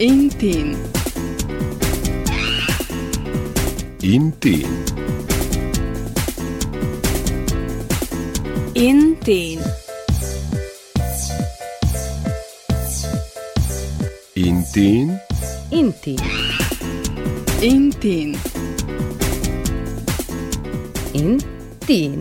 Intin. Intin. Intin. Intin. Intin. Intin. Intin.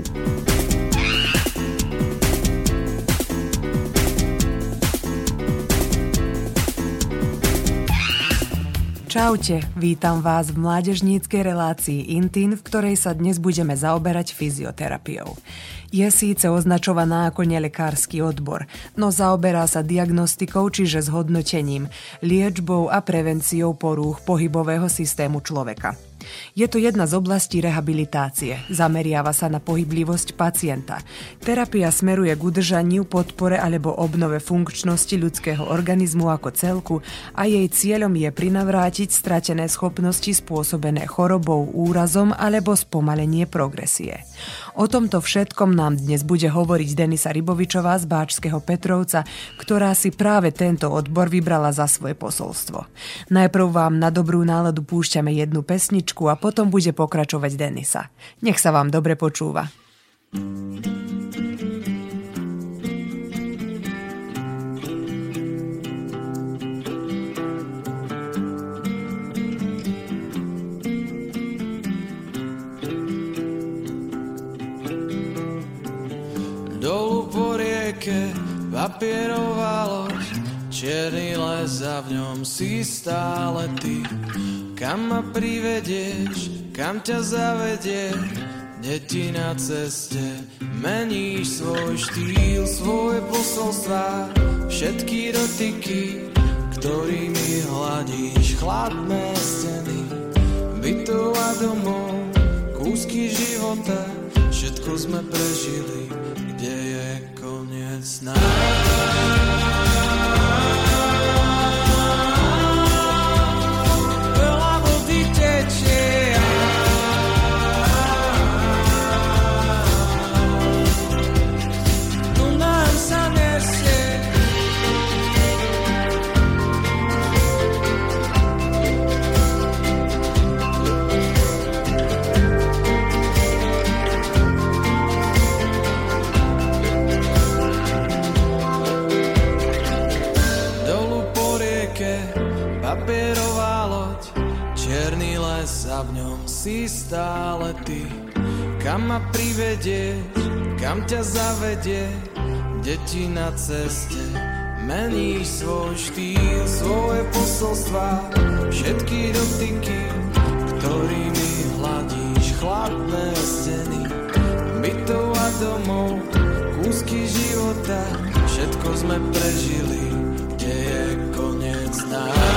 Čaute, vítam vás v mládežníckej relácii Intin, v ktorej sa dnes budeme zaoberať fyzioterapiou. Je síce označovaná ako nelekársky odbor, no zaoberá sa diagnostikou, čiže zhodnotením, liečbou a prevenciou porúch pohybového systému človeka. Je to jedna z oblastí rehabilitácie. Zameriava sa na pohyblivosť pacienta. Terapia smeruje k udržaniu, podpore alebo obnove funkčnosti ľudského organizmu ako celku a jej cieľom je prinavrátiť stratené schopnosti spôsobené chorobou, úrazom alebo spomalenie progresie. O tomto všetkom nám dnes bude hovoriť Denisa Rybovičová z Báčskeho Petrovca, ktorá si práve tento odbor vybrala za svoje posolstvo. Najprv vám na dobrú náladu púšťame jednu pesničku a potom bude pokračovať Denisa. Nech sa vám dobre počúva. Dolu po rieke papierová loď, čierny les a v ňom si stále ty. Kam ma privedieš, kam ťa zavedie, deti na ceste, meníš svoj štýl, svoje posolstvá, všetky dotyky, ktorými hladíš chladné steny, bytov a domov, kúsky života, všetko sme prežili, kde je koniec nás. Papierová loď, čierny les a v ňom si stále ty. Kam ma privedieš, kam ťa zavedie, deti na ceste, meníš svoj štýl, svoje posolstvá, všetky dotyky, ktorými hladíš chladné steny, bytov a domov, kúsky života, všetko sme prežili, kde je koniec nás.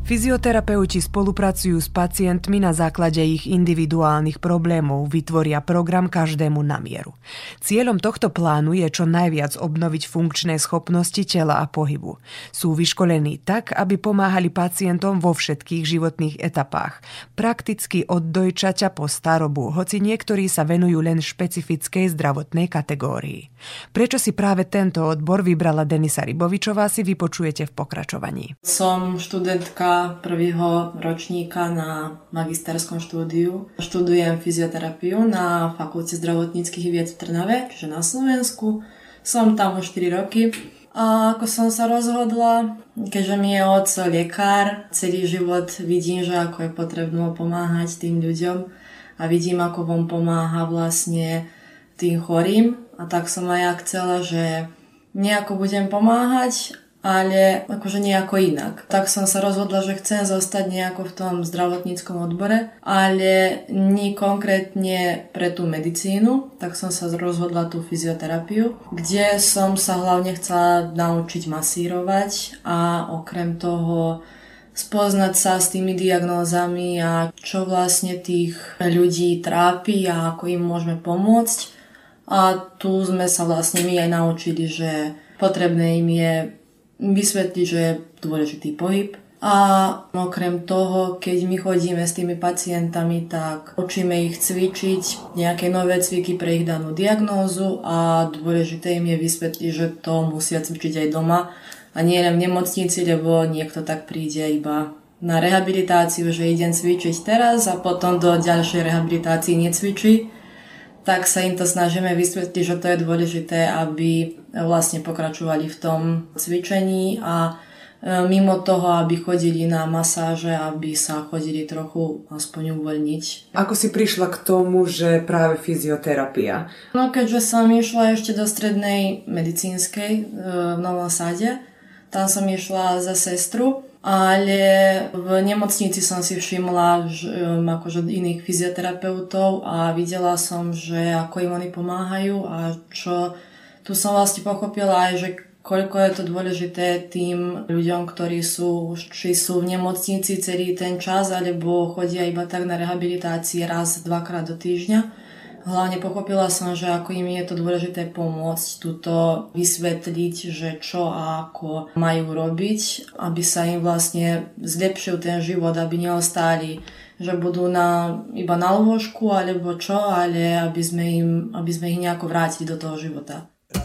Fyzioterapeuti spolupracujú s pacientmi na základe ich individuálnych problémov, vytvoria program každému na mieru. Cieľom tohto plánu je čo najviac obnoviť funkčné schopnosti tela a pohybu. Sú vyškolení tak, aby pomáhali pacientom vo všetkých životných etapách, prakticky od dojčaťa po starobu, hoci niektorí sa venujú len špecifickej zdravotnej kategórii. Prečo si práve tento odbor vybrala Denisa Rybovičová, si vypočujete v pokračovaní. Som študentka prvého ročníka na magisterskom štúdiu. Študujem fyzioterapiu na Fakulte zdravotníckych vied v Trnave, čiže na Slovensku. Som tam už 4 roky. A ako som sa rozhodla, keďže mi je otec lekár, celý život vidím, že ako je potrebné pomáhať tým ľuďom a vidím, ako vám pomáha vlastne tým chorým. A tak som aj ja chcela, že nejako budem pomáhať, ale akože nejako inak. Tak som sa rozhodla, že chcem zostať nejako v tom zdravotníckom odbore, ale nie konkrétne pre tú medicínu, tak som sa rozhodla tú fyzioterapiu, kde som sa hlavne chcela naučiť masírovať a okrem toho spoznať sa s tými diagnózami a čo vlastne tých ľudí trápi a ako im môžeme pomôcť. A tu sme sa vlastne my aj naučili, že potrebné im je vysvetliť, že je dôležitý pohyb. A okrem toho, keď my chodíme s tými pacientami, tak učíme ich cvičiť nejaké nové cviky pre ich danú diagnózu a dôležité im je vysvetliť, že to musia cvičiť aj doma a nie len v nemocnici, lebo niekto tak príde iba na rehabilitáciu, že idem cvičiť teraz a potom do ďalšej rehabilitácii necvičí. Tak sa im to snažíme vysvetliť, že to je dôležité, aby vlastne pokračovali v tom cvičení a mimo toho, aby chodili na masáže, aby sa chodili trochu aspoň uvoľniť. Ako si prišla k tomu, že práve fyzioterapia? No keďže som išla ešte do strednej medicínskej v Novom Sade, tam som išla za sestru, ale v nemocnici som si všimla akože iných fyzioterapeutov a videla som, že ako im oni pomáhajú a čo tu som vlastne pochopila aj, že koľko je to dôležité tým ľuďom, ktorí sú, či sú v nemocnici celý ten čas, alebo chodia iba tak na rehabilitácii raz, 2-krát do týždňa. Hlavne pochopila som, že ako im je to dôležité pomôcť tuto vysvetliť, že čo a ako majú robiť, aby sa im vlastne zlepšil ten život, aby neostali, že budú iba na lôžku alebo čo, ale aby sme ich nejako vrátili do toho života.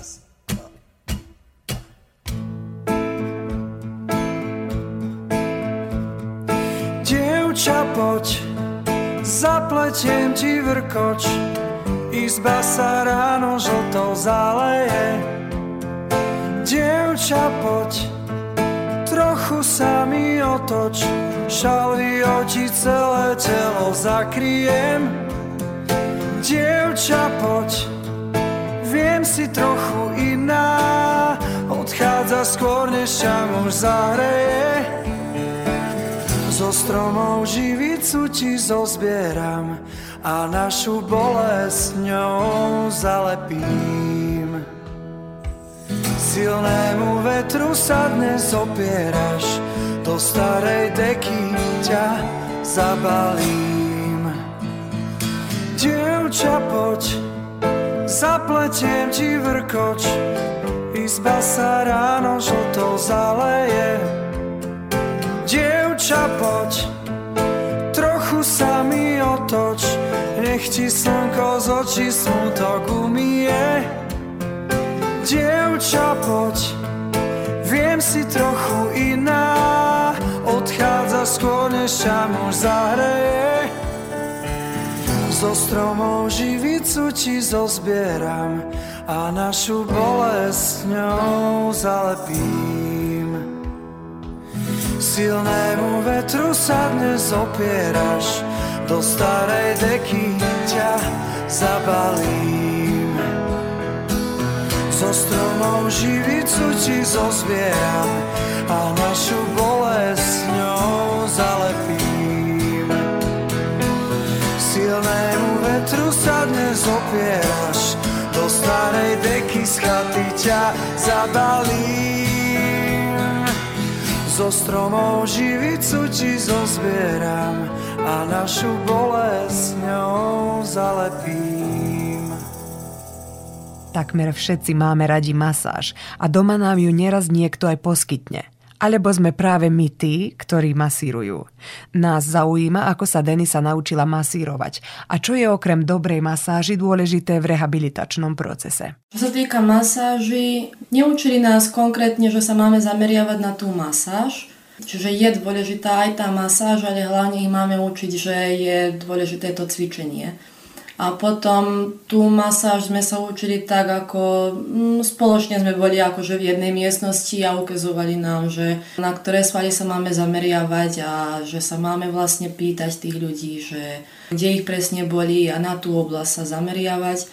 Dievča, poď, zapletiem ti vrkoč, izba sa ráno žltou zaleje. Dievča, poď, trochu sa mi otoč, šalvio ti celé telo zakriem. Dievča, poď, viem si trochu iná, odchádza skôr, než ťa muž zahreje. Zo stromov živicu ti zozbieram a našu bolesť ňou zalepím. Silnému vetru sa dnes opieraš, do starej deky ťa zabalím. Dievča, poď, zapletiem ti vrkoč, izba sa ráno žltou zaleje. Dievča, poď, trochu sa mi otoč, nech ti slnko z očí smutok umije. Dievča, poď, viem si trochu iná, odchádza skôr, než ťa muž zahreje. Zo stromov živicu ti zozbieram a našu bolesť ňou zalepím. Silnému vetru sa dnes opieraš, do starej deky ťa zabalím. Zo stromov živicu ti zozbieram a našu bolesť ňou zalepím. Silnému vetru sa dnes opieraš, do starej deky z chaty ťa zabalím. Zo stromov živicu ti zozbieram a našu bolesť ňou zalepím. Takmer všetci máme radi masáž a doma nám ju neraz niekto aj poskytne. Alebo sme práve my tí, ktorí masírujú. Nás zaujíma, ako sa Denisa naučila masírovať a čo je okrem dobrej masáži dôležité v rehabilitačnom procese. Čo sa týka masáži, neučili nás konkrétne, že sa máme zameriavať na tú masáž. Čiže je dôležitá aj tá masáž, ale hlavne ich máme učiť, že je dôležité to cvičenie. A potom tú masáž sme sa učili tak, ako spoločne sme boli akože v jednej miestnosti a ukazovali nám, že na ktoré svaly sa máme zameriavať a že sa máme vlastne pýtať tých ľudí, že kde ich presne boli a na tú oblasť sa zameriavať.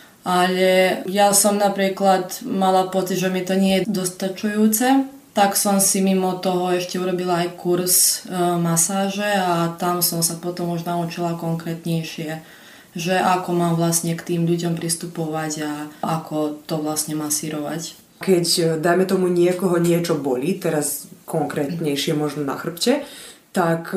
Ale ja som napríklad mala pocit, že mi to nie je dostačujúce, tak som si mimo toho ešte urobila aj kurz masáže a tam som sa potom už naučila konkrétnejšie, že ako mám vlastne k tým ľuďom pristupovať a ako to vlastne masírovať. Keď, dajme tomu, niekoho niečo bolí, teraz konkrétnejšie možno na chrbte, tak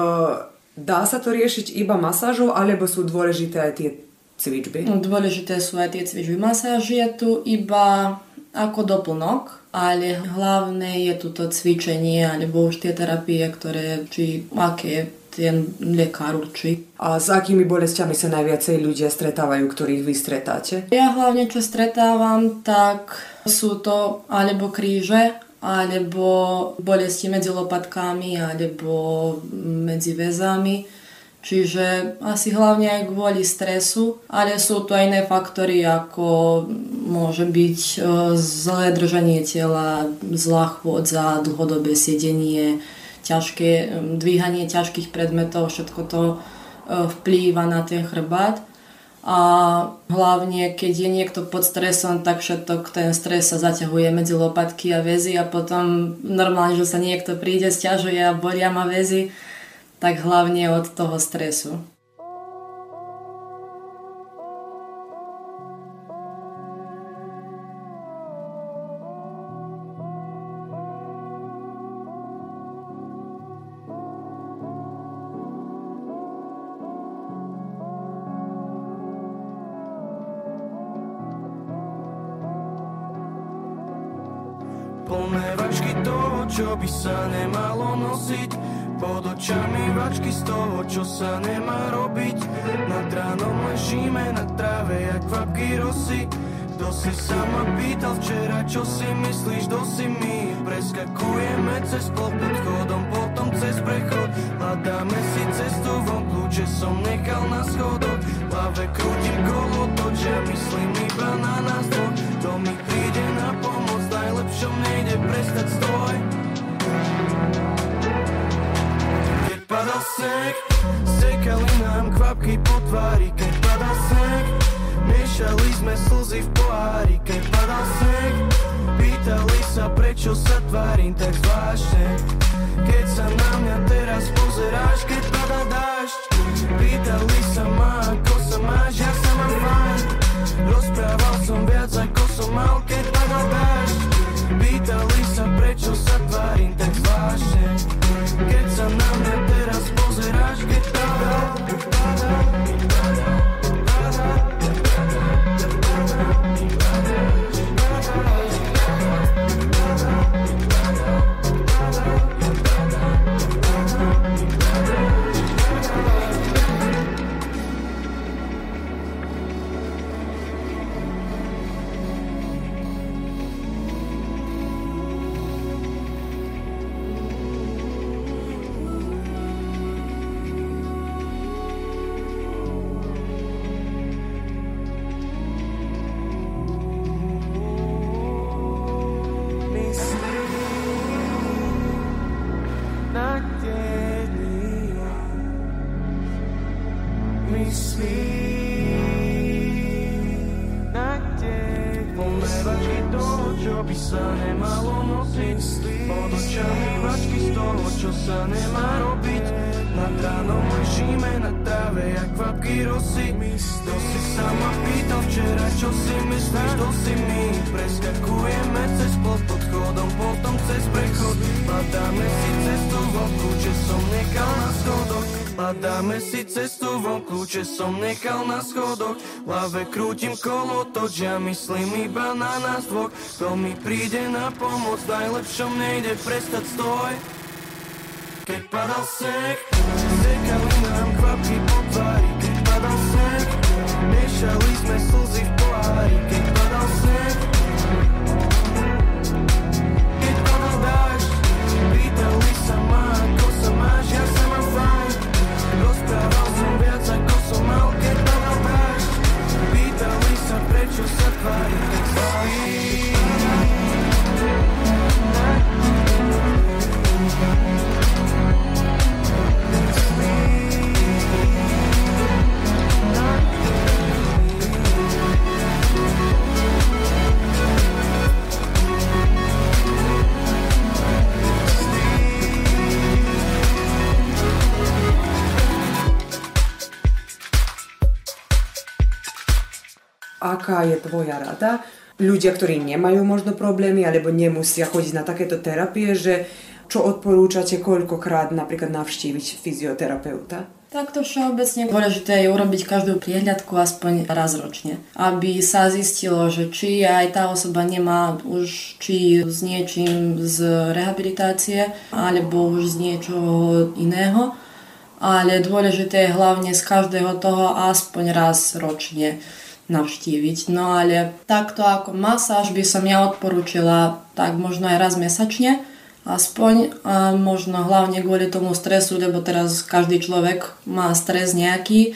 dá sa to riešiť iba masážou, alebo sú dôležité aj tie cvičby? Dôležité sú aj tie cvičby. Masáž je tu iba ako doplnok, ale hlavné je tu to cvičenie, alebo už tie terapie, ktoré, či aké ten lekár určí. A s akými bolestiami sa najviacej ľudia stretávajú, ktorých vy stretáte? Ja hlavne, čo stretávam, tak sú to alebo kríže, alebo bolesti medzi lopatkami, alebo medzi väzami. Čiže asi hlavne aj kvôli stresu, ale sú tu aj iné faktory, ako môže byť zlé držanie tela, zlá chôdza, dlhodobé sedenie, ťažké dvíhanie ťažkých predmetov, všetko to vplýva na ten chrbát. A hlavne, keď je niekto pod stresom, tak všetok ten stres sa zaťahuje medzi lopatky a väzy a potom normálne, že sa niekto príde, sťažuje a bolia ma väzy, tak hlavne od toho stresu. Plné vačky toho, čo by sa nemalo nosiť, pod očami vačky z toho, čo sa nemá robiť. Nad ránom ležíme na tráve, jak kvapky rosy. Kto si sa ma pýtal včera, čo si myslíš, kto si my? Preskakujeme cez plot pod chodom, potom cez prechod. Hľadáme si cestu von, kľúče som nechal na schodoch. V hlave krútim kolotoč, ja myslím iba na nás dvoch. To mi príde na pomoc, najlepšom nejde prestať stoj. Keď padal sneh, stekali nám kvapky po tvári. Keď padal sneh, miešali sme slzy v pohári. Keď padal sneh, pýtali sa, prečo sa tvárim tak zvláštne. Keď sa na mňa teraz pozeráš, keď padal dážď, pýtali sa ma, ako sa máš, ja sa mám fajn. Rozprával som viac, ako som mal, keď padal dážď. Pýtali sa, prečo sa tvárim tak zvláštne. Keď sa na mňa teraz pozeráš, keď padal. Preskakujeme cez plot pod chodom, potom cez prechod. Hľadáme Hľadáme si cestu von, kľúče som nechal na schodoch. V hlave krútim kolotoč, ja myslím iba na nás dvoch. Kto mi príde na pomoc, najlepšom nejde prestať, stoj. Keď padal sneh, sekali nám kvapky po tvári. Keď padal sneh, miešali sme slzy v pohári. Keď padal sneh, keď padal dážď, pýtali sa ma, ako sa máš, ja sa mám fajn. Rozprával som viac, ako som mal, keď padal dážď. Pýtali sa, prečo sa tvári, tak tvári. Aká je tvoja rada? Ľudia, ktorí nemajú možno problémy alebo nemusia chodiť na takéto terapie, že čo odporúčate koľkokrát napríklad navštíviť fyzioterapeuta? Takto všeobecne dôležité je urobiť každú priehľadku aspoň raz ročne, aby sa zistilo, že či aj tá osoba nemá už či s niečím z rehabilitácie alebo už z niečoho iného, ale dôležité je hlavne z každého toho aspoň raz ročne navštíviť. No ale takto ako masáž by som ja odporúčila tak možno aj raz mesačne, aspoň, a možno hlavne kvôli tomu stresu, lebo teraz každý človek má stres nejaký,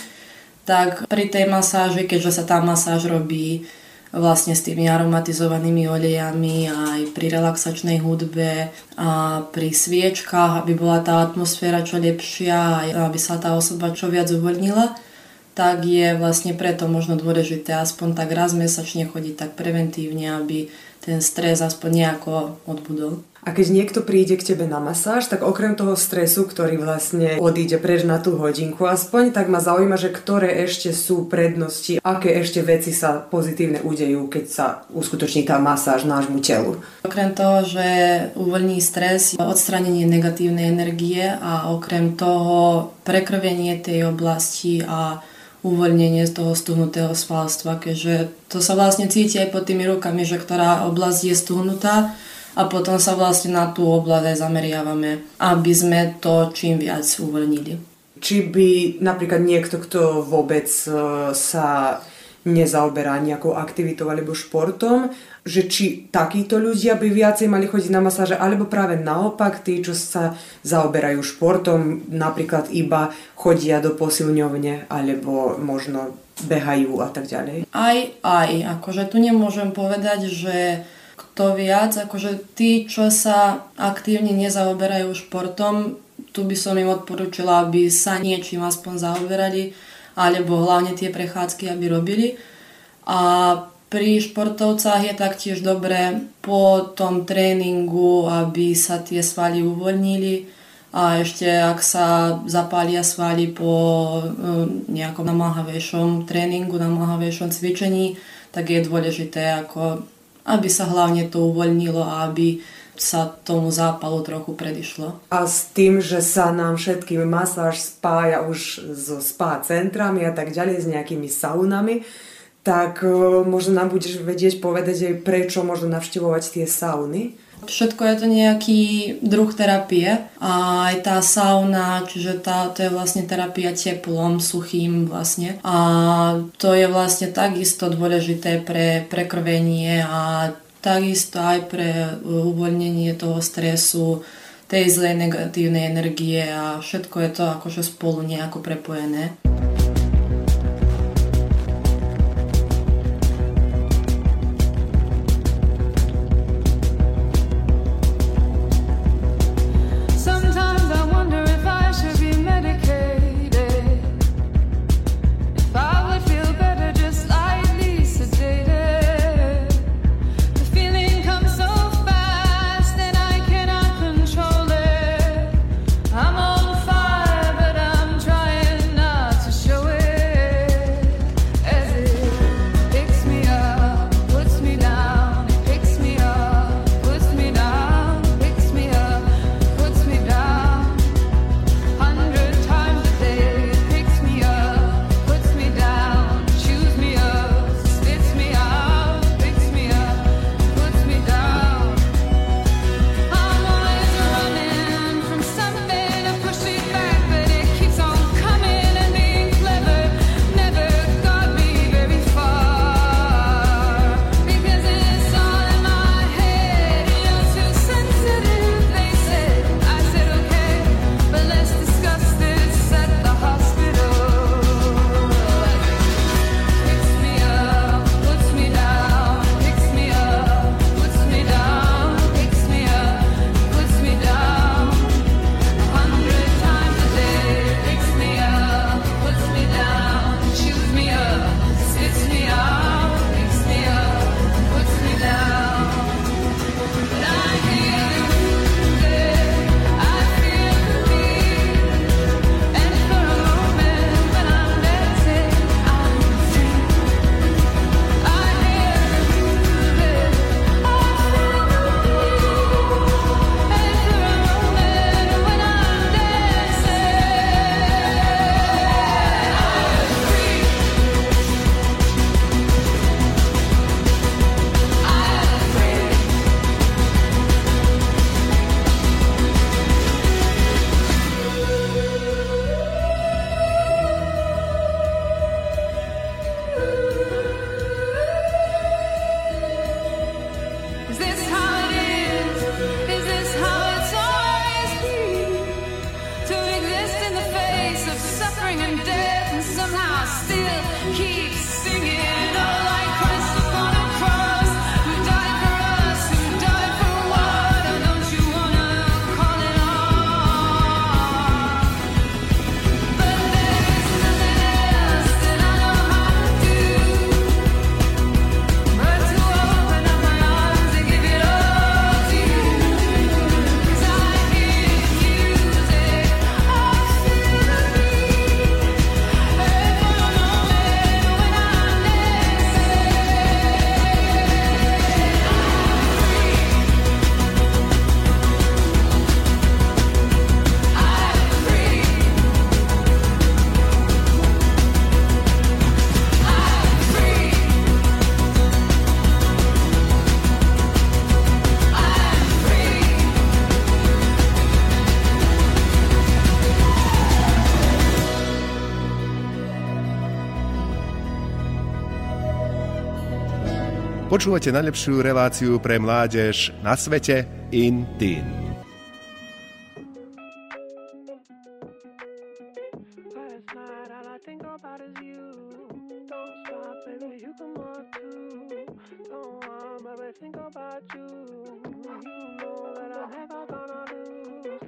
tak pri tej masáži, keďže sa tá masáž robí vlastne s tými aromatizovanými olejami aj pri relaxačnej hudbe a pri sviečkách, aby bola tá atmosféra čo lepšia a aby sa tá osoba čo viac uvoľnila, tak je vlastne preto možno dôležité aspoň tak raz mesačne chodiť tak preventívne, aby ten stres aspoň nejako odbudol. A keď niekto príde k tebe na masáž, tak okrem toho stresu, ktorý vlastne odíde preč na tú hodinku aspoň, tak ma zaujíma, že ktoré ešte sú prednosti, aké ešte veci sa pozitívne udejú, keď sa uskutoční tá masáž nášmu telu. Okrem toho, že uvoľní stres, odstránenie negatívnej energie a okrem toho prekrvenie tej oblasti a uvoľnenie z toho stuhnutého svalstva, keďže to sa vlastne cíti aj pod tými rukami, že ktorá oblasť je stuhnutá a potom sa vlastne na tú oblasť aj zameriavame, aby sme to čím viac uvoľnili. Či by napríklad niekto, kto vôbec sa nezaoberá nejakou aktivitou alebo športom, že či takíto ľudia by viacej mali chodiť na masáže, alebo práve naopak tí, čo sa zaoberajú športom, napríklad iba chodia do posilňovne alebo možno behajú a tak ďalej. Aj, akože tu nemôžem povedať, že kto viac, akože tí, čo sa aktívne nezaoberajú športom, tu by som im odporúčila, aby sa niečím aspoň zaoberali, alebo hlavne tie prechádzky, aby robili. A pri športovcách je taktiež dobré po tom tréningu, aby sa tie svaly uvoľnili a ešte ak sa zapália svaly po nejakom namáhavejšom tréningu, namáhavejšom cvičení, tak je dôležité, aby sa hlavne to uvoľnilo a aby sa tomu zápalu trochu predišlo. A s tým, že sa nám všetkým masáž spája už so spa centrami a tak ďalej, s nejakými saunami, tak možno nám budeš vedieť povedať aj prečo možno navštevovať tie sauny? Všetko je to nejaký druh terapie a aj tá sauna, čiže to je vlastne terapia teplom, suchým vlastne. A to je vlastne takisto dôležité pre prekrvenie a takisto aj pre uvoľnenie toho stresu, tej zlej negatívnej energie a všetko je to akože spolu nejako prepojené. Is this how it is? Is this how it's always been? To exist in the face of suffering and death and somehow still keep singing. Oh, like Christ upon a cross, who died for us, who died for what? Oh, don't you wanna call it off? But there's nothing else that I know how to do but to open up my arms and give it all to you. 'Cause I hear music, I feel the beat, and for a moment when I'm Počúvate najlepšiu reláciu pre mládež na svete In Teen. Last night all I think about is you. Don't stop, baby, you come on too. Don't want, baby, think about you. You know that I'm never gonna lose.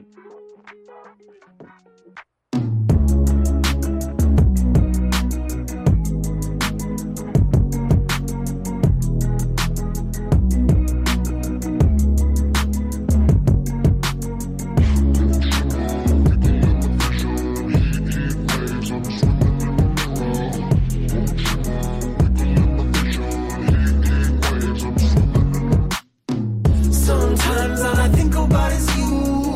Sometimes all I think about is you.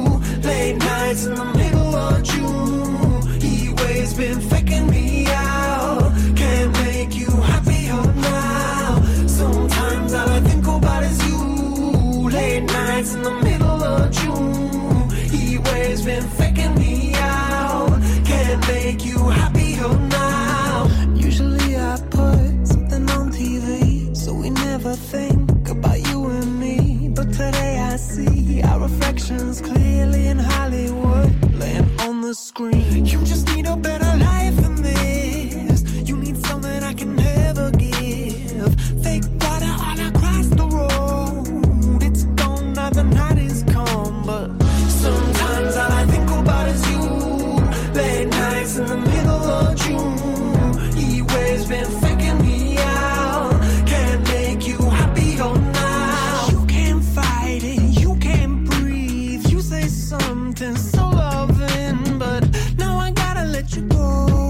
Late nights in the middle of June. Heat waves been faking me out. Can't make you happier now. Sometimes all I think about is you. Late nights in the middle of June. Heat waves been faking me out. Can't make you happier now. Usually I put something on TV, so we never think about you and me. But today I see our reflections clearly in Hollywood, laying on the screen. You just need a better life than this. You need something I can never give. Fake water all across the road. It's gone now, the night is come. But sometimes all I think about is you. Late nights in the middle of June. Heat waves been faking me out. Can't make you happier now. You can't fight it, you can't breathe. You say something so loving, but now I gotta let you go.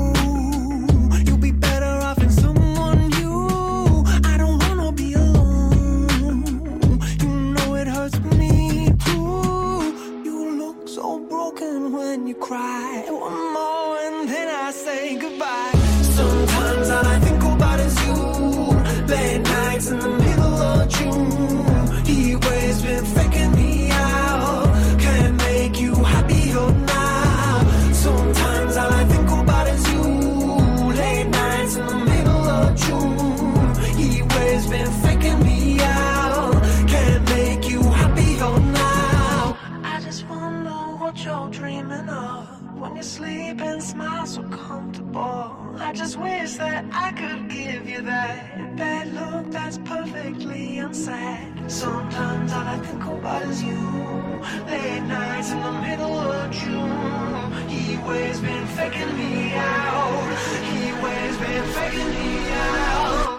You'll be better off in someone new. I don't wanna be alone. You know it hurts me too. You look so broken when you cry. One more and then I say goodbye. Sometimes all I think about is you. Late nights in the middle of June. Heat waves been faking me out. Can't make you happier now. Sometimes all I think about is you. Late nights in the middle of June. Heat waves been faking me out. Can't make you happier now. I just wonder what you're dreaming of when you sleep and smile so comfortable. I just wish that I could give you that bad look that's perfectly unsaid. Sometimes all I think about is you. Late nights in the middle of June. Heat waves been faking me out. Heat waves been faking me out.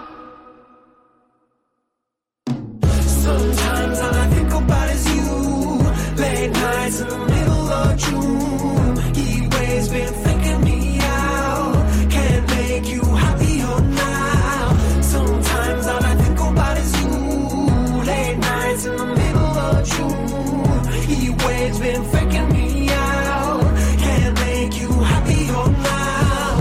Sometimes all I think about is you. Late nights in the middle of June. Heat waves been faking me out. Can't make you happier now. Sometimes all I think about is you. Late nights in the middle of June. Heat waves been faking me out. Can't make you happier now.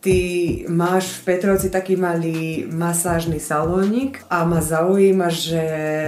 Ty máš v Petrovci taký malý masážny salónik a ma zaujíma, že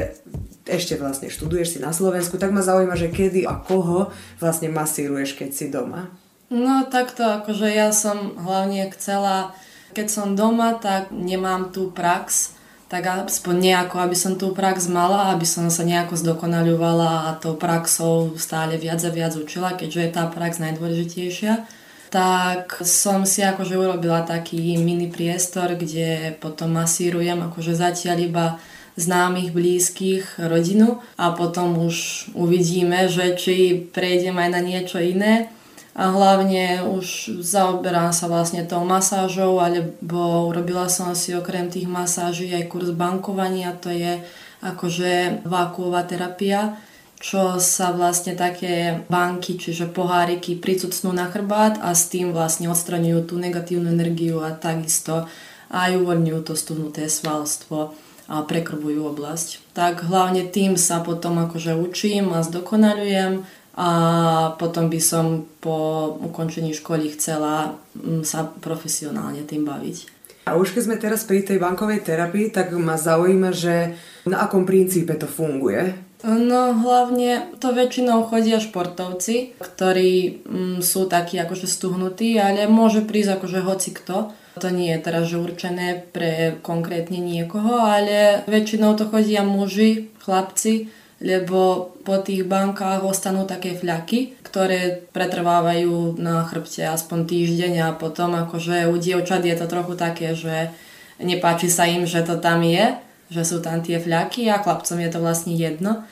ešte vlastne študuješ si na Slovensku, tak ma zaujíma, že kedy a koho vlastne masíruješ, keď si doma? No takto, akože ja som hlavne chcela, keď som doma, tak nemám tú prax, tak aspoň nejako, aby som tú prax mala, aby som sa nejako zdokonaľovala a tou praxou stále viac a viac učila, keďže je tá prax najdôležitejšia. Tak som si akože urobila taký mini priestor, kde potom masírujem akože zatiaľ iba známych, blízkych, rodinu a potom už uvidíme, že či prejdem aj na niečo iné. A hlavne už zaoberám sa vlastne tou masážou, alebo urobila som si okrem tých masáží aj kurz bankovania, to je akože vákuová terapia, čo sa vlastne také banky, čiže poháriky pricucnú na chrbát a s tým vlastne odstraňujú tú negatívnu energiu a takisto aj uvoľňujú to stuhnuté svalstvo a prekrvujú oblasť. Tak hlavne tým sa potom akože učím a zdokonaľujem a potom by som po ukončení školy chcela sa profesionálne tým baviť. A už keď sme teraz pri tej bankovej terapii, tak ma zaujíma, že na akom princípe to funguje? No hlavne to väčšinou chodia športovci, ktorí sú takí akože stuhnutí, ale môže prísť akože hocikto. To nie je teraz že určené pre konkrétne niekoho, ale väčšinou to chodia muži, chlapci, lebo po tých bankách ostanú také fľaky, ktoré pretrvávajú na chrbte aspoň týždeň a potom akože u dievčat je to trochu také, že nepáči sa im, že to tam je, že sú tam tie fľaky a chlapcom je to vlastne jedno.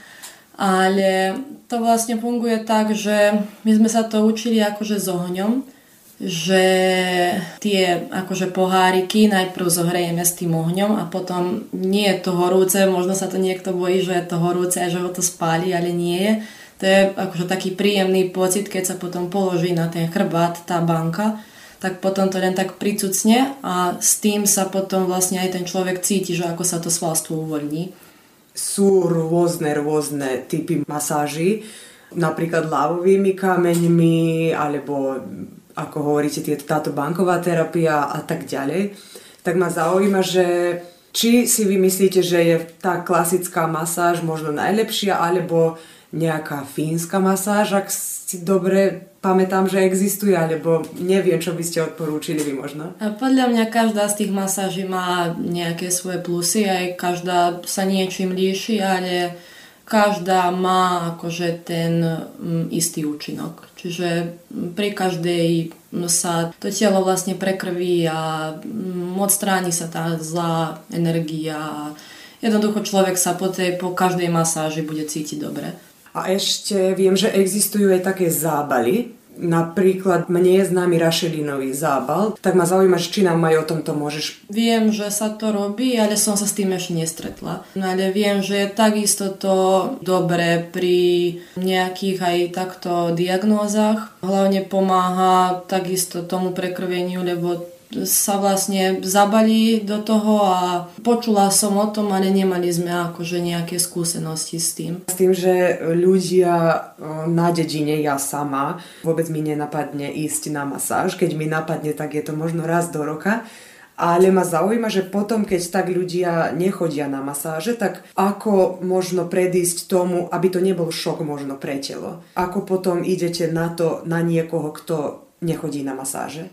Ale to vlastne funguje tak, že my sme sa to učili akože s ohňom, že tie akože poháriky najprv zohrejeme s tým ohňom a potom nie je to horúce, možno sa to niekto bojí, že je to horúce a že ho to spáli, ale nie je. To je akože taký príjemný pocit, keď sa potom položí na ten chrbát tá banka, tak potom to len tak pricucne a s tým sa potom vlastne aj ten človek cíti, že ako sa to svalstvo uvoľní. Sú rôzne typy masáží, napríklad ľavovými kameňmi, alebo ako hovoríte, táto banková terapia a tak ďalej. Tak ma zaujíma, že či si vy myslíte, že je tá klasická masáž možno najlepšia, alebo nejaká fínska masáž, ak si dobre pamätám, že existuje, alebo neviem, čo by ste odporúčili vy možno. A podľa mňa každá z tých masáží má nejaké svoje plusy, aj každá sa niečím líši, ale každá má akože ten istý účinok. Čiže pri každej sa to telo vlastne prekrví a odstráni sa tá zlá energia a jednoducho človek sa po každej masáži bude cítiť dobre. A ešte viem, že existujú aj také zábaly. Napríklad mne je známy rašelinový zábal. Tak ma zaujíma, či nám aj o tomto môžeš... Viem, že sa to robí, ale som sa s tým ešte nestretla. No ale viem, že je takisto to dobré pri nejakých aj takto diagnózach. Hlavne pomáha takisto tomu prekrveniu, lebo sa vlastne zabalí do toho a počula som o tom, ale nemali sme akože nejaké skúsenosti s tým. S tým, že ľudia na dedine, ja sama, vôbec mi nenapadne ísť na masáž. Keď mi napadne, tak je to možno raz do roka. Ale ma zaujíma, že potom, keď tak ľudia nechodia na masáže, tak ako možno predísť tomu, aby to nebol šok možno pre telo? Ako potom idete na niekoho, kto nechodí na masáže?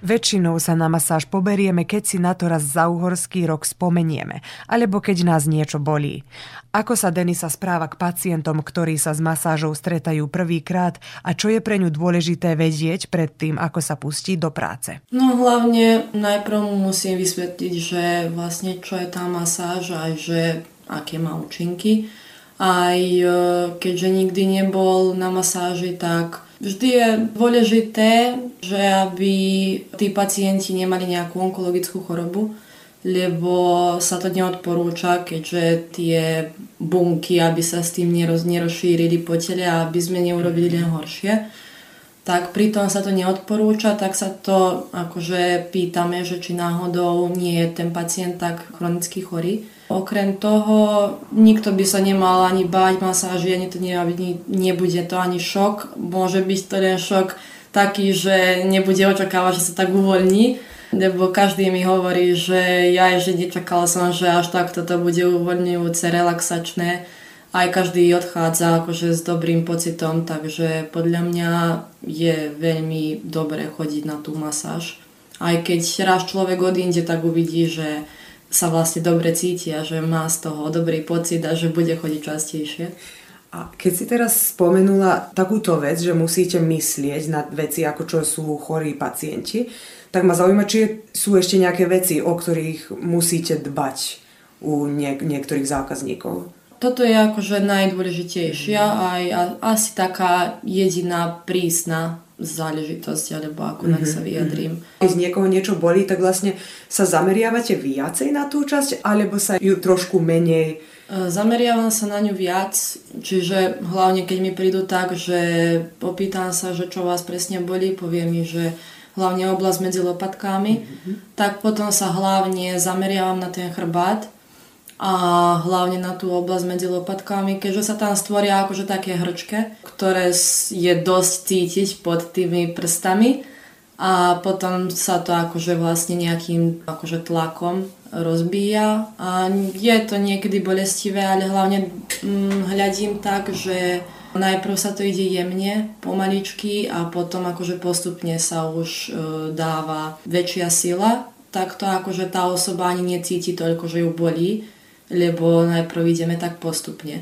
Väčšinou sa na masáž poberieme, keď si na to raz za uhorský rok spomenieme, alebo keď nás niečo bolí. Ako sa Denisa správa k pacientom, ktorí sa s masážou stretajú prvýkrát a čo je pre ňu dôležité vedieť pred tým, ako sa pustí do práce? No hlavne najprv musím vysvetliť, že vlastne čo je tá masáž a že aké má účinky. Aj keďže nikdy nebol na masáži, tak vždy je dôležité, že aby tí pacienti nemali nejakú onkologickú chorobu, lebo sa to neodporúča, keďže tie bunky, aby sa s tým nerozšírili po tele a aby sme neurobili len horšie. Tak pritom sa to neodporúča, tak sa to akože pýtame, že či náhodou nie je ten pacient tak chronicky chorý. Okrem toho, nikto by sa nemal ani báť masáži, ani to nebude to ani šok. Môže byť to len šok taký, že nebude očakávať, že sa tak uvoľní. Lebo každý mi hovorí, že nečakala som, že až takto to bude uvoľňujúce, relaxačné. Aj každý odchádza akože s dobrým pocitom, takže podľa mňa je veľmi dobré chodiť na tú masáž. Aj keď raz človek odíde, tak uvidí, že sa vlastne dobre cíti a že má z toho dobrý pocit a že bude chodiť častejšie. A keď si teraz spomenula takúto vec, že musíte myslieť na veci, ako čo sú chorí pacienti, tak ma zaujíma, či sú ešte nejaké veci, o ktorých musíte dbať u niektorých zákazníkov. Toto je akože najdôležitejšia aj asi taká jediná prísna záležitosť, alebo ako sa vyjadrím. Keď niekoho niečo bolí, tak vlastne sa zameriavate viacej na tú časť, alebo sa ju trošku menej? Zameriavam sa na ňu viac, čiže hlavne keď mi prídu tak, že popýtam sa, že čo vás presne bolí, povie mi, že hlavne oblasť medzi lopatkami, tak potom sa hlavne zameriavam na ten chrbát a hlavne na tú oblasť medzi lopatkami, keďže sa tam stvoria akože také hrčke, ktoré je dosť cítiť pod tými prstami a potom sa to akože vlastne nejakým akože tlakom rozbíja a je to niekedy bolestivé, ale hlavne hľadím tak, že najprv sa to ide jemne, pomaličky a potom akože postupne sa už dáva väčšia sila, tak to akože tá osoba ani necíti toľko, že ju bolí, lebo najprv ideme tak postupne.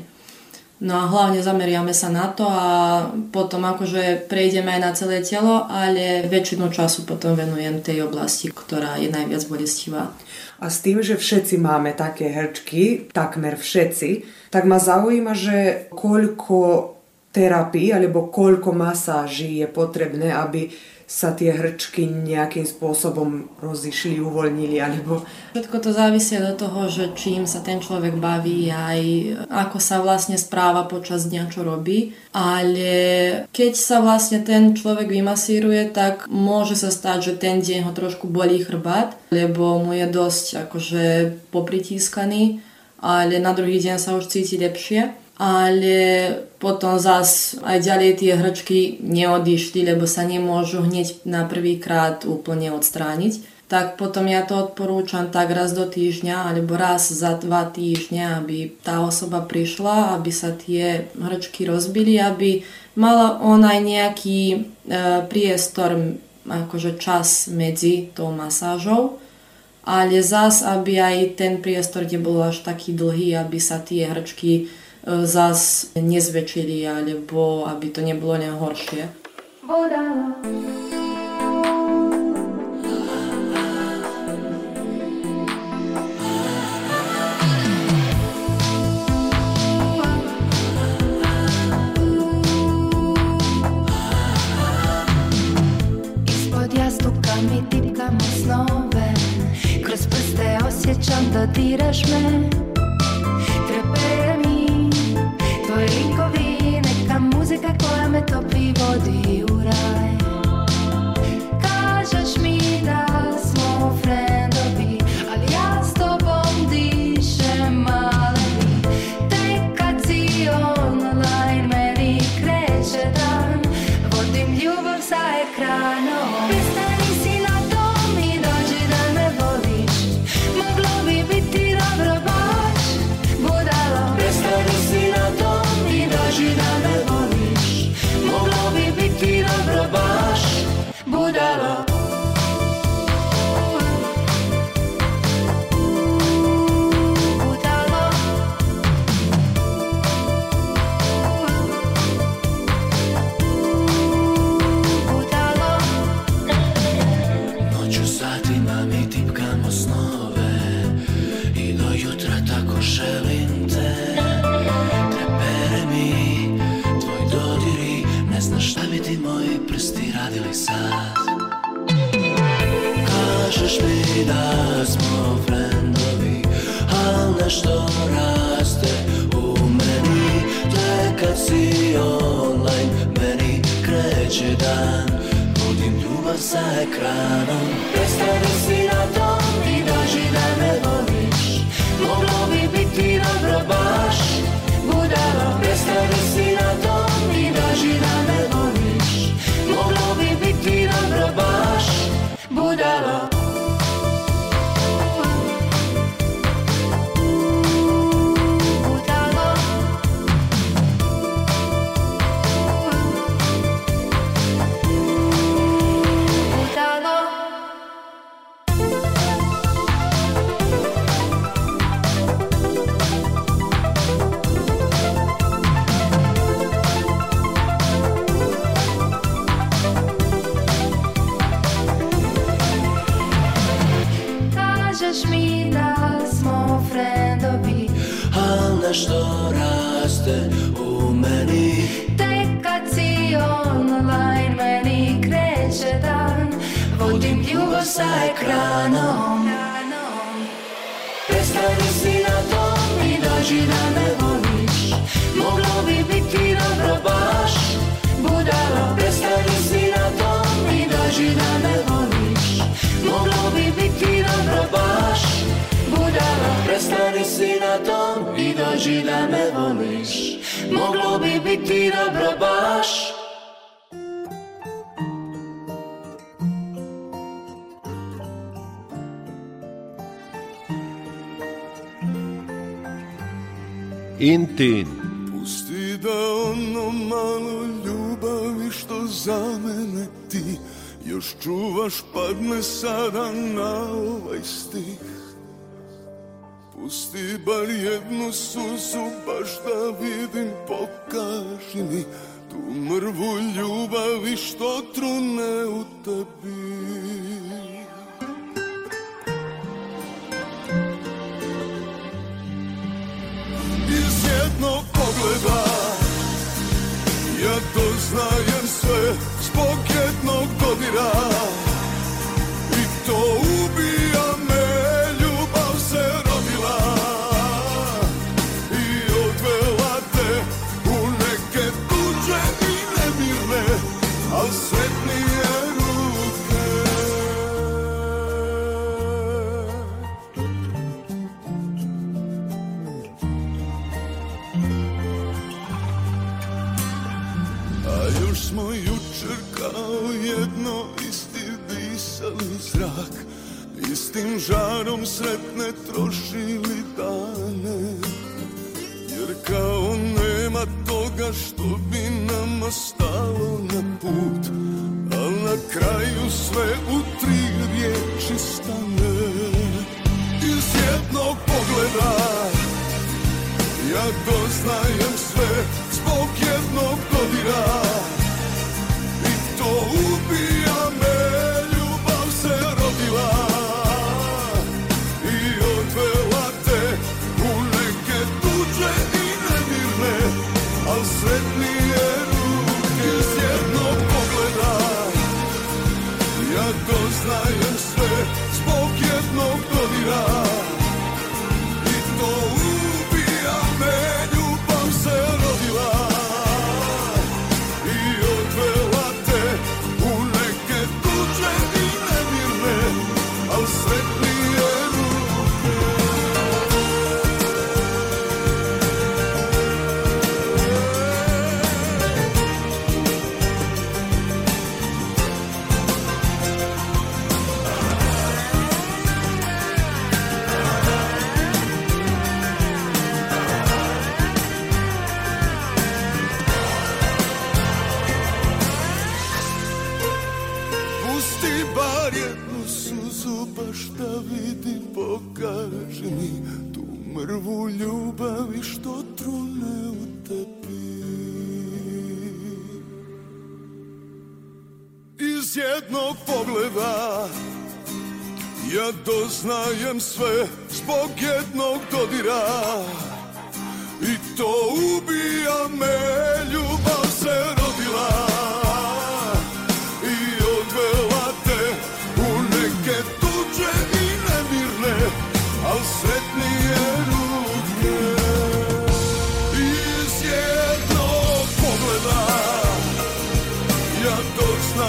No a hlavne zameriame sa na to a potom akože prejdeme aj na celé telo, ale väčšinu času potom venujem tej oblasti, ktorá je najviac bolestivá. A s tým, že všetci máme také hrčky, takmer všetci, tak ma zaujíma, že koľko terapii alebo koľko masáží je potrebné, aby sa tie hrčky nejakým spôsobom rozišli, uvoľnili, alebo... Všetko to závisí od toho, že čím sa ten človek baví, aj ako sa vlastne správa počas dňa, čo robí. Ale keď sa vlastne ten človek vymasíruje, tak môže sa stať, že ten deň ho trošku bolí chrbát, lebo mu je dosť akože popritískaný, ale na druhý deň sa už cíti lepšie. Ale potom zas aj ďalej tie hrčky neodišli, lebo sa nemôžu hneď na prvýkrát úplne odstrániť. Tak potom ja to odporúčam tak raz do týždňa alebo raz za 2 týždne, aby tá osoba prišla, aby sa tie hrčky rozbili, aby mala on aj nejaký priestor, akože čas medzi tou masážou. Ale zas, aby aj ten priestor nebol až taký dlhý, aby sa tie hrčky zas nezväčšili, alebo aby to nebolo len horšie. Ispod jastuka mi tipkamo snove, kroz prste osjećam da diraš me. Trepeje mi tvoji likovi, neka muzika koja me topi vodi u raj. Kažeš mi da smo friendovi, ali ja s tobom dišem malevi. Tek kad si online meni kreće dan, vodim ljubav sa ekranom. Pristani si na tom i dođi da me voliš, moglo bi biti dobro baš. prsty radili sás. Kažeš mi da smo frendovi, al nešto raste u meni. Tek kad si online, meni kreće dan, budim ljubav sa ekranom. Prestani si na tom i dođi da me voliš, moglo bi biti dobro baš. Budalo, prestani si na tom i dođi da me voliš, moglo bi biti dobro baš. Budalo. Nešto raste u meni. Tek kad si online, meni kreće dan, vodim ljubav sa ekranom. Prestani si na tom i dođi da me voliš, moglo bi biti dobro baš. Budalo, prestani si na tom i dođi da me voliš, moglo bi biti dobro baš. Budalo, prestani si na tom i dođi da me voliš, moglo bi biti dobro baš. Intin. Pusti da ono malo ljubavi što za mene ti još čuvaš padne sada na ovaj stih. Pusti bar jednu suzu, baš da vidim, pokaži mi tu mrvu ljubavi što trune u tebi. Iz jednog pogleda ja doznajem sve, zbog jednog dodira i to ubija me. Ljubav se rodila i odvela te u neke tuđe i nemirne, al sretnije ruke. A još smo jučer kao jedno isti disali zrak, istim žarom sretne trošili dane. Jer kao nema toga što bi nama stalo na put, al na kraju sve u 3 riječi stane. Iz jednog pogleda ja doznajem sve, zbog jednog dodira i to ubija me. Ljubav se rodila i odvela te u neke tuđe i nemirne, al sretnije ruke. Iz jednog pogleda ja doznajem sve, zbog jednog dodira i to ubija me. Ljubav se rodila i odvela te u neke tuđe i nemirne, al sretnije ruke. Pusti bar jednu suzu, baš da vidim, pokaži mi tu mrvu ljubavi što trune u tebi. Iz jednog pogleda ja doznajem sve, zbog jednog dodira i to ubija me. Ljubav se rodila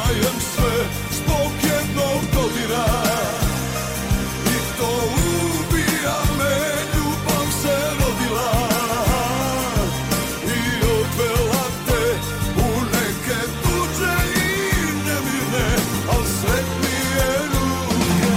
dajem sve zbog jednog dodira. I to ubija me, ljubav se rodila i odvela te u neke tuđe i nemirne, al sretnije ruke.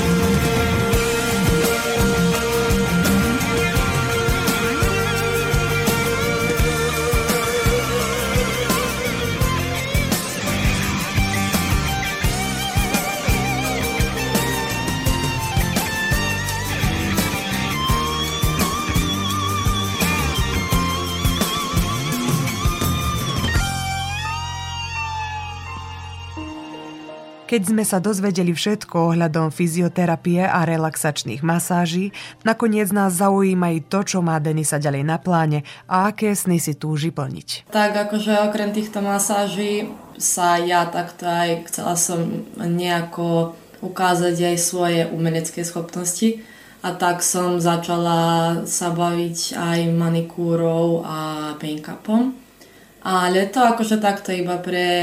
Keď sme sa dozvedeli všetko ohľadom fyzioterapie a relaxačných masáží, nakoniec nás zaujíma i to, čo má Denisa ďalej na pláne a aké sny si túži plniť. Tak akože okrem týchto masáží sa ja takto aj chcela som nejako ukázať aj svoje umelecké schopnosti a tak som začala sa baviť aj manikúrou a make-upom. Ale to akože takto iba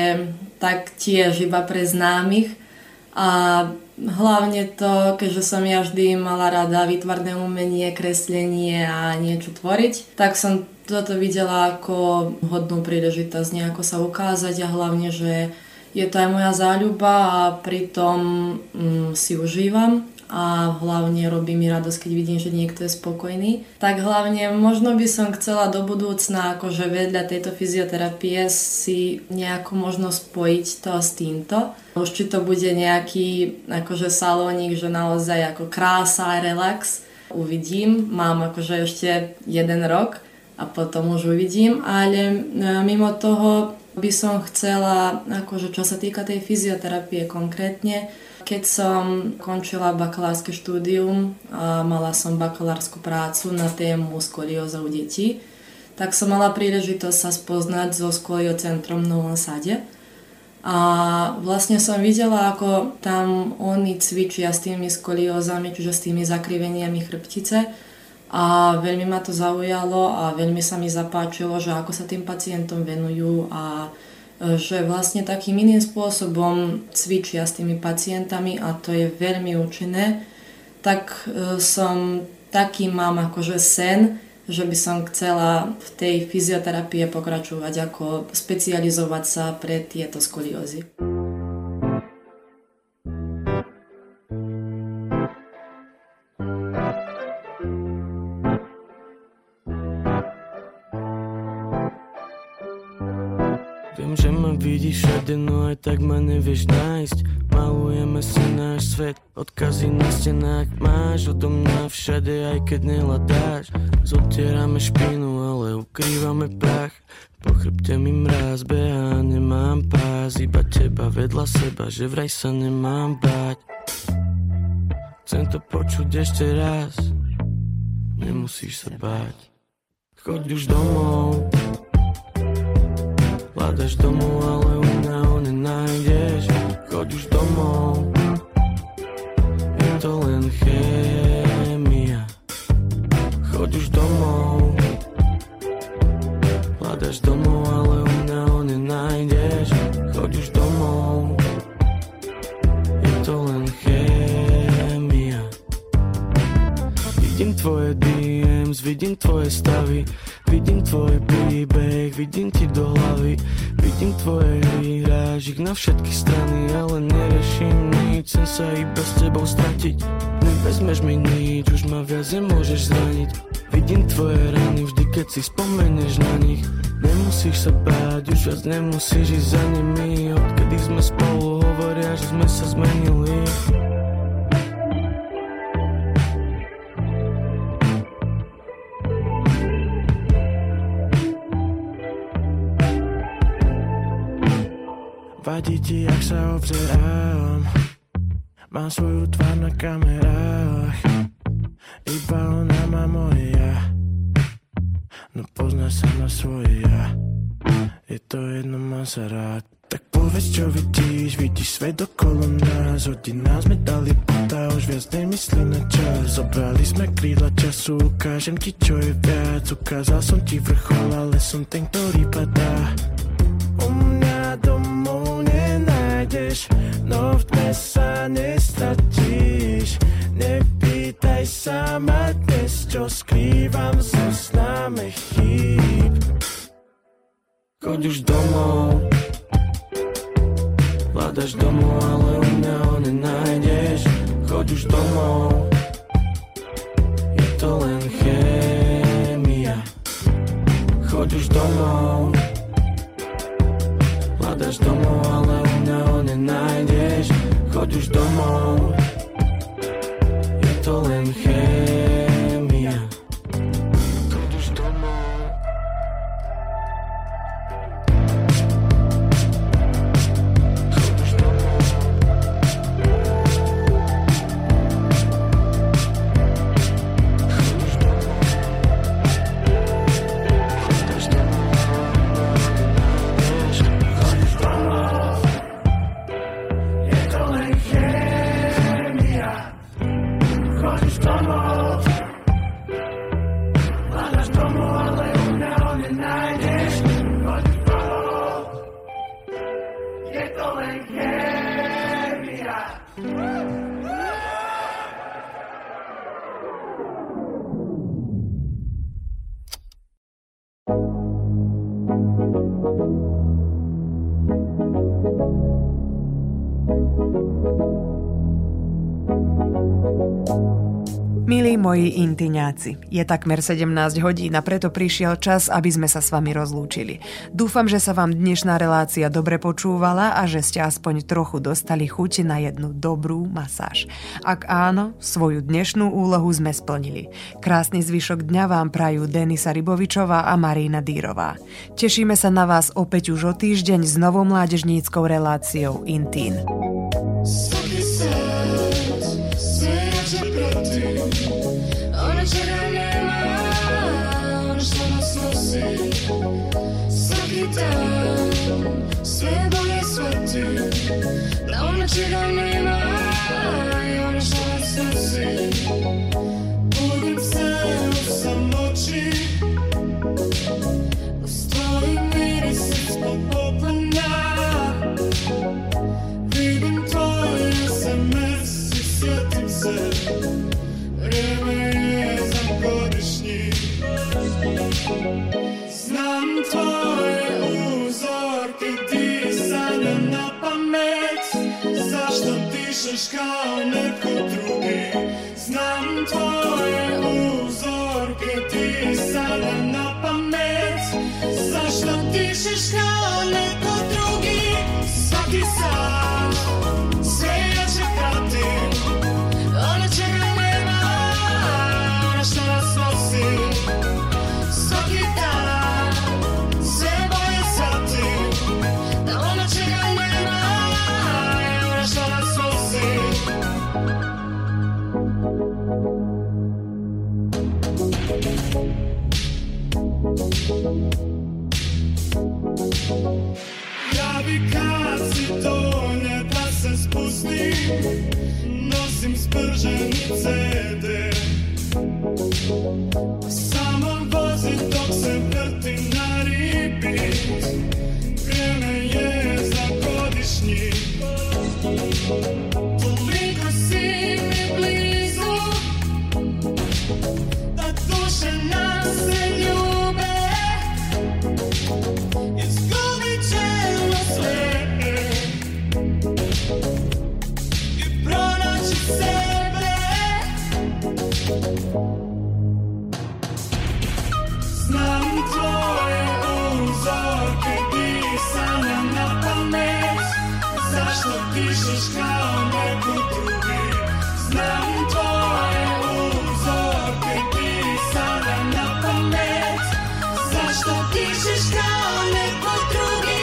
pre známych a hlavne to, keďže som ja vždy mala rada výtvarné umenie, kreslenie a niečo tvoriť, tak som toto videla ako hodnú príležitosť nejako sa ukázať a hlavne, že je to aj moja záľuba a pritom si užívam a hlavne robí mi radosť, keď vidím, že niekto je spokojný. Tak hlavne možno by som chcela do budúcna akože vedľa tejto fyzioterapie si nejako možno spojiť to s týmto. Už či to bude nejaký akože salónik, že naozaj ako krása a relax. Uvidím, mám akože ešte 1 rok a potom už uvidím, ale mimo toho by som chcela, akože čo sa týka tej fyzioterapie konkrétne, keď som končila bakalárske štúdium a mala som bakalárskú prácu na tému skolióza u detí, tak som mala príležitosť sa spoznať so skoliocentrom v Novom Sade. A vlastne som videla, ako tam oni cvičia s tými skoliózami, čiže s tými zakriveniami chrbtice. A veľmi ma to zaujalo a veľmi sa mi zapáčilo, že ako sa tým pacientom venujú a že vlastne takým iným spôsobom cvičia s tými pacientami a to je veľmi účinné, tak mám akože sen, že by som chcela v tej fyzioterapii pokračovať, ako specializovať sa pre tieto skoliózy. Že ma vidíš všade, no aj tak ma nevieš nájsť. Malujeme si náš svet, odkazy na stenách máš. Odo mňa všade, aj keď nehľadáš. Zotierame špinu, ale ukrývame prach. Po chrbte mi mráz beha, nemám pás. Iba teba vedľa seba, že vraj sa nemám báť. Chcem to počuť ešte raz, nemusíš sa báť. Choď už domov, hľadaš domov, ale u mňa ho nenájdeš. Choď už domov, je to len chémia. Choď už domov, hľadaš domov, ale u mňa ho nenájdeš. Choď už domov, je to len chémia. Vidím tvoje DMs, vidím tvoje stavy, vidím tvoj príbeh, vidím ti do hlavy. Vidím tvoje hry, hráš ich na všetky strany, ale neriešim nič, chcem sa iba s tebou stratiť. Nevezmeš mi nič, už ma viac nemôžeš zraniť. Vidím tvoje rany, vždy keď si spomeneš na nich. Nemusíš sa báť, už viac nemusíš ísť za nimi. Odkedy sme spolu, hovoria, že sme sa zmenili. Vadí ti, jak sa obzerám, mám svoju tvár na kamerách, iba ona má moje ja, no poznáš sa na svoje ja, je to jedno, mám sa rád. Tak povedz, čo vidíš svet okolo nás, hodina sme dali pota, už viac nemyslí na čas. Zobrali sme krídla času, ukážem ti, čo je viac, ukázal som ti vrchol, ale som ten, ktorý padá. U mňa domov nenájdeš, choď už domov. Hľadaš domov, ale u mňa ho nenájdeš. Choď už domov, je to len chémia. Choď už domov. Hľadaš domov, ale u mňa ho nenájdeš. Choď už domov, je to len chémia. Choď už domov. Milí moji intiňáci, je takmer 17 hodín a preto prišiel čas, aby sme sa s vami rozlúčili. Dúfam, že sa vám dnešná relácia dobre počúvala a že ste aspoň trochu dostali chuť na jednu dobrú masáž. Ak áno, svoju dnešnú úlohu sme splnili. Krásny zvyšok dňa vám prajú Denisa Rybovičová a Marina Dýrová. Tešíme sa na vás opäť už o týždeň s novou mládežníckou reláciou Intín. Ona čega nema, ona što nas nosi. Svaki dan sve bolje shvatim da ona čega nema i ona što nas nosi. Budim se u samoći, uz tvoj miris ispod poplana. Vidim tvoj SMS i sjetim se, vrijeme je za godišnji. Znam tvoje uzorke disanja na pamet. Zašto dišeš kao neko drugi? Znam tvoje uzorke disanja na pamet. Zašto dišeš kao neko drugi? Svaki sat sve jače pratim. Ona čega nema, ona što nas nosi. Svaki dan sve bolje shvatim da ona čega nema i ona što nas nosi. Ja bi kad si donje da se spustim, nosim sprženi CD. Samo vozim dok se vrtim na repeat. Vrijeme je za godišnji. Toliko si mi blizu da duše nas se ljube. Izgubit ćemo sve i pronaći sebe. Znam tvoje uzorke disanja na pamet. Zašto dišeš kao neko drugi? Znam tvoje uzorke disanja na pamet. Zašto dišeš kao neko drugi?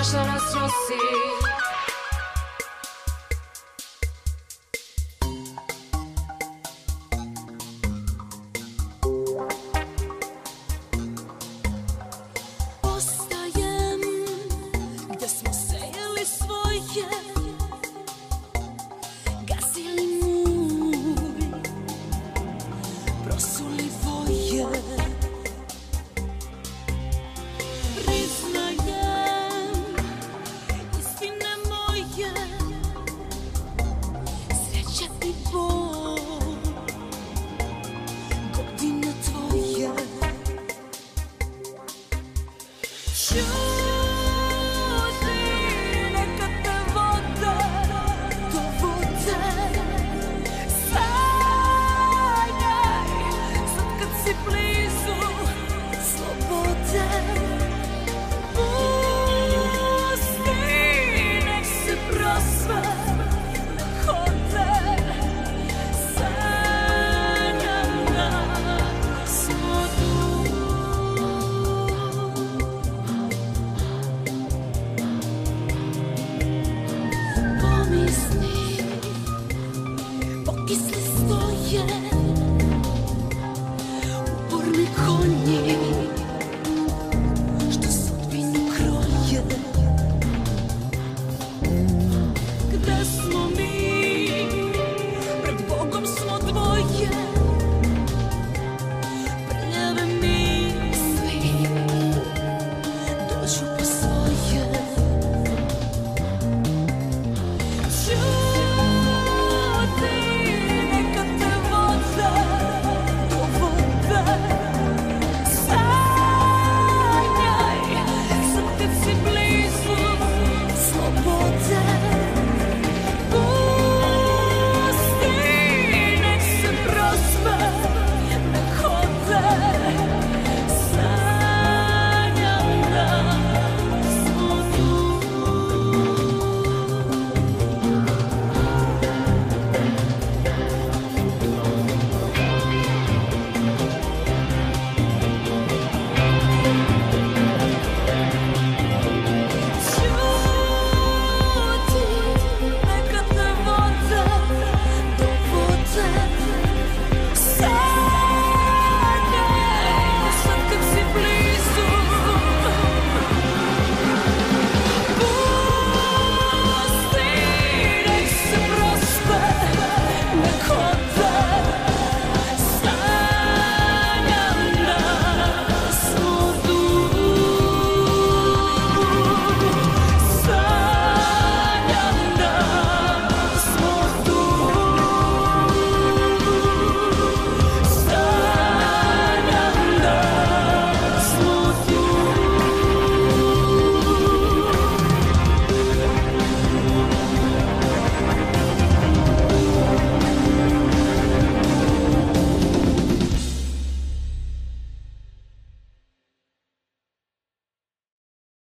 našla nás nosí. Postajem, kde smo sejeli svoje, gasili múry, prosuli voje. Priznajem, istine moje, sreća ti bol, godine tvoje. Čuj